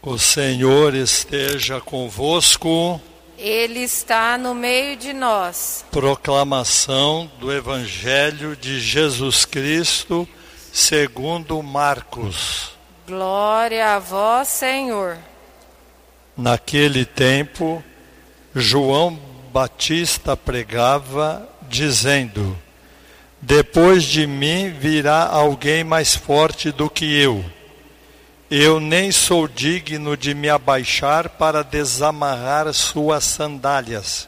O Senhor esteja convosco. Ele está no meio de nós. Proclamação do Evangelho de Jesus Cristo, segundo Marcos. Glória a vós, Senhor. Naquele tempo, João Batista pregava, dizendo: depois de mim virá alguém mais forte do que eu. Eu nem sou digno de me abaixar para desamarrar suas sandálias.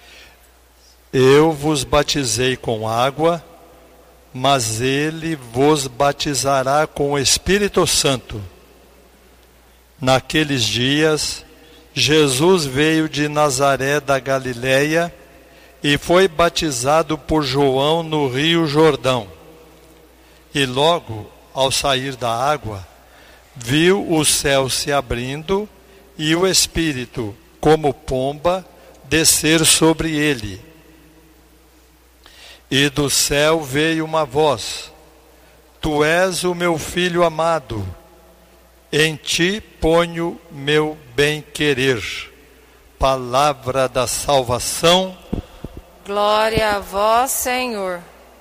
Eu vos batizei com água, mas ele vos batizará com o Espírito Santo. Naqueles dias, Jesus veio de Nazaré da Galileia e foi batizado por João no Rio Jordão. E logo, ao sair da água, viu o céu se abrindo e o Espírito, como pomba, descer sobre ele. E do céu veio uma voz: Tu és o meu filho amado, em ti ponho meu bem-querer. Palavra da salvação. Glória a vós, Senhor.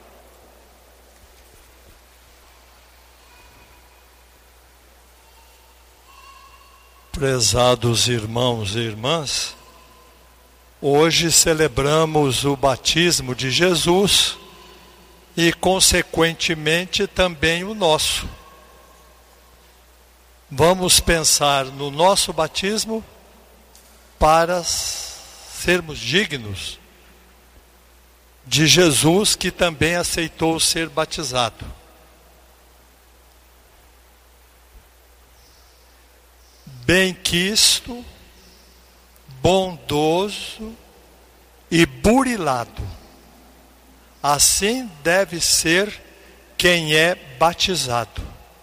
Prezados irmãos e irmãs, hoje celebramos o batismo de Jesus e, consequentemente, também o nosso. Vamos pensar no nosso batismo para sermos dignos de Jesus, que também aceitou ser batizado. Benquisto, bondoso e burilado. Assim deve ser quem é batizado.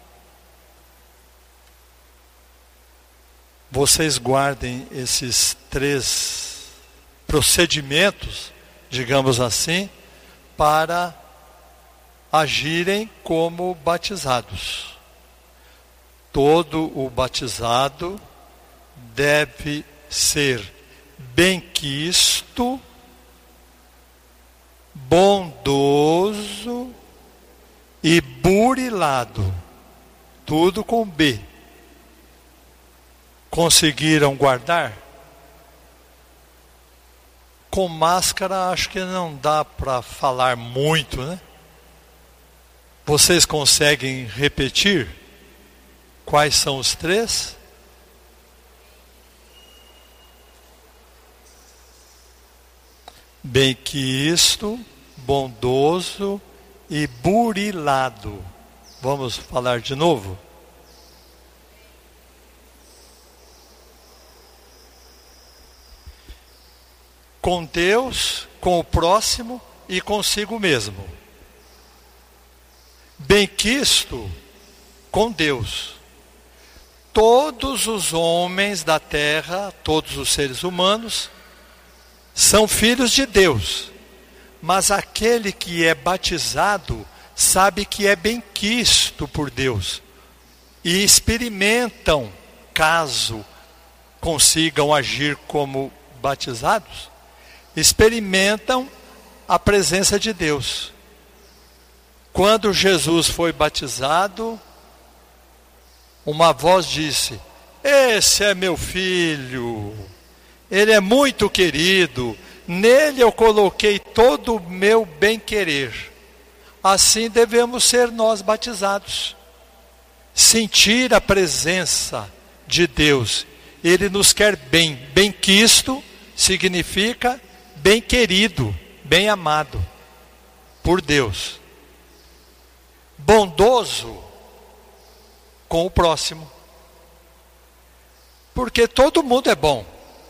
Vocês guardem esses 3 procedimentos, digamos assim, para agirem como batizados. Todo o batizado deve ser benquisto, bondoso e burilado. Tudo com B. Conseguiram guardar? Com máscara acho que não dá para falar muito, né? Vocês conseguem repetir? Quais são os 3? Benquisto, bondoso e burilado. Vamos falar de novo? Com Deus, com o próximo e consigo mesmo. Benquisto com Deus. Todos os homens da terra, todos os seres humanos, são filhos de Deus. Mas aquele que é batizado sabe que é benquisto por Deus. E experimentam, caso consigam agir como batizados, experimentam a presença de Deus. Quando Jesus foi batizado, uma voz disse: esse é meu filho, ele é muito querido, nele eu coloquei todo o meu bem-querer. Assim devemos ser nós batizados. Sentir a presença de Deus. Ele nos quer bem. Benquisto significa bem-querido, bem-amado por Deus. Bondoso com o próximo. Porque todo mundo é bom.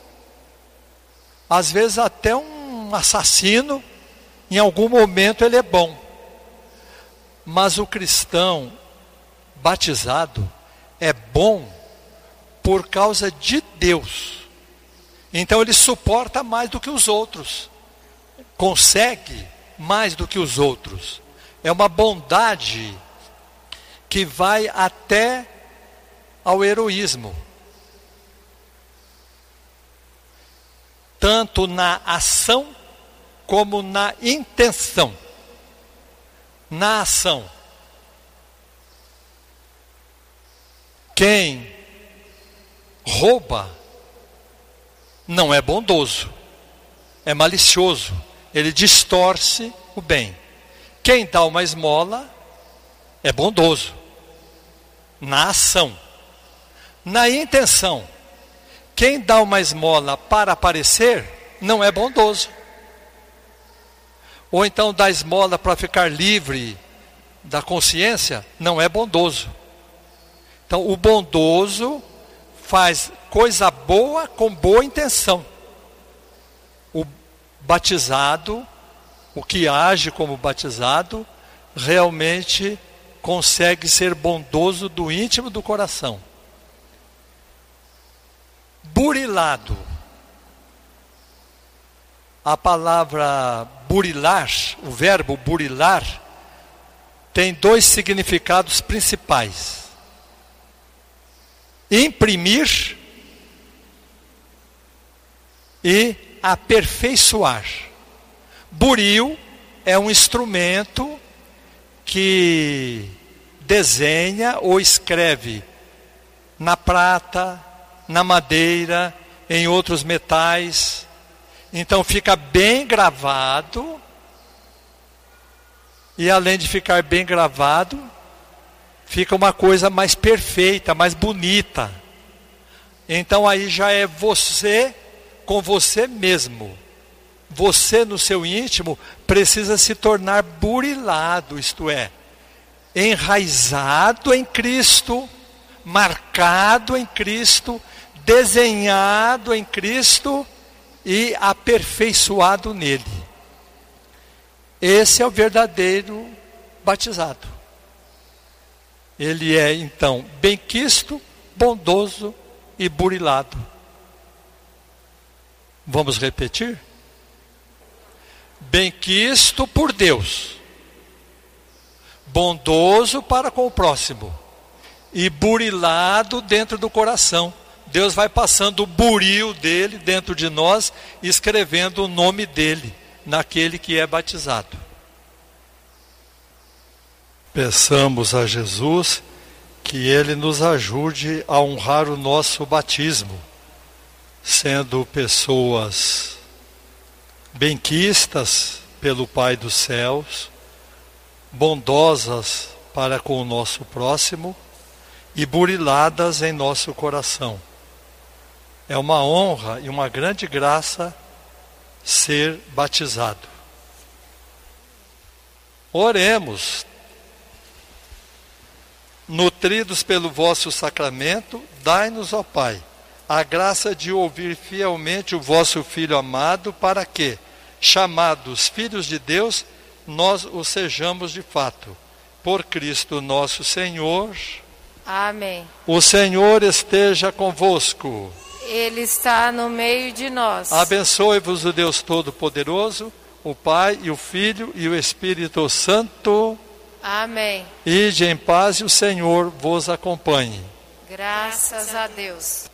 Às vezes até um assassino, em algum momento ele é bom. Mas o cristão batizado é bom por causa de Deus. Então ele suporta mais do que os outros. Consegue mais do que os outros. É uma bondade que vai até ao heroísmo. tanto na ação como na intenção. Na ação, quem rouba não é bondoso, é malicioso, ele distorce o bem. Quem dá uma esmola é bondoso, na ação. Na intenção, quem dá uma esmola para aparecer não é bondoso. Ou então dá esmola para ficar livre da consciência, não é bondoso. Então o bondoso faz coisa boa com boa intenção. O batizado, o que age como batizado, realmente consegue ser bondoso do íntimo do coração. Burilado. A palavra burilar, o verbo burilar, tem dois significados principais. Imprimir e aperfeiçoar. Buril é um instrumento que desenha ou escreve na prata, na madeira, em outros metais. Então fica bem gravado, e além de ficar bem gravado, fica uma coisa mais perfeita, mais bonita. Então aí já é você com você mesmo. Você no seu íntimo precisa se tornar burilado, isto é, enraizado em Cristo, marcado em Cristo, desenhado em Cristo e aperfeiçoado nele. Esse é o verdadeiro batizado. Ele é então benquisto, bondoso e burilado. Vamos repetir? Benquisto por Deus, bondoso para com o próximo e burilado dentro do coração. Deus vai passando o buril dele dentro de nós, escrevendo o nome dele naquele que é batizado. Peçamos a Jesus que ele nos ajude a honrar o nosso batismo, sendo pessoas benquistas pelo Pai dos céus, bondosas para com o nosso próximo e buriladas em nosso coração. É uma honra e uma grande graça ser batizado. Oremos. Nutridos pelo vosso sacramento, dai-nos, ó Pai, a graça de ouvir fielmente o vosso Filho amado, para que, chamados filhos de Deus, nós o sejamos de fato. Por Cristo nosso Senhor. Amém. O Senhor esteja convosco. Ele está no meio de nós. Abençoe-vos o Deus Todo-Poderoso, o Pai e o Filho e o Espírito Santo. Amém. Ide em paz e o Senhor vos acompanhe. Graças a Deus.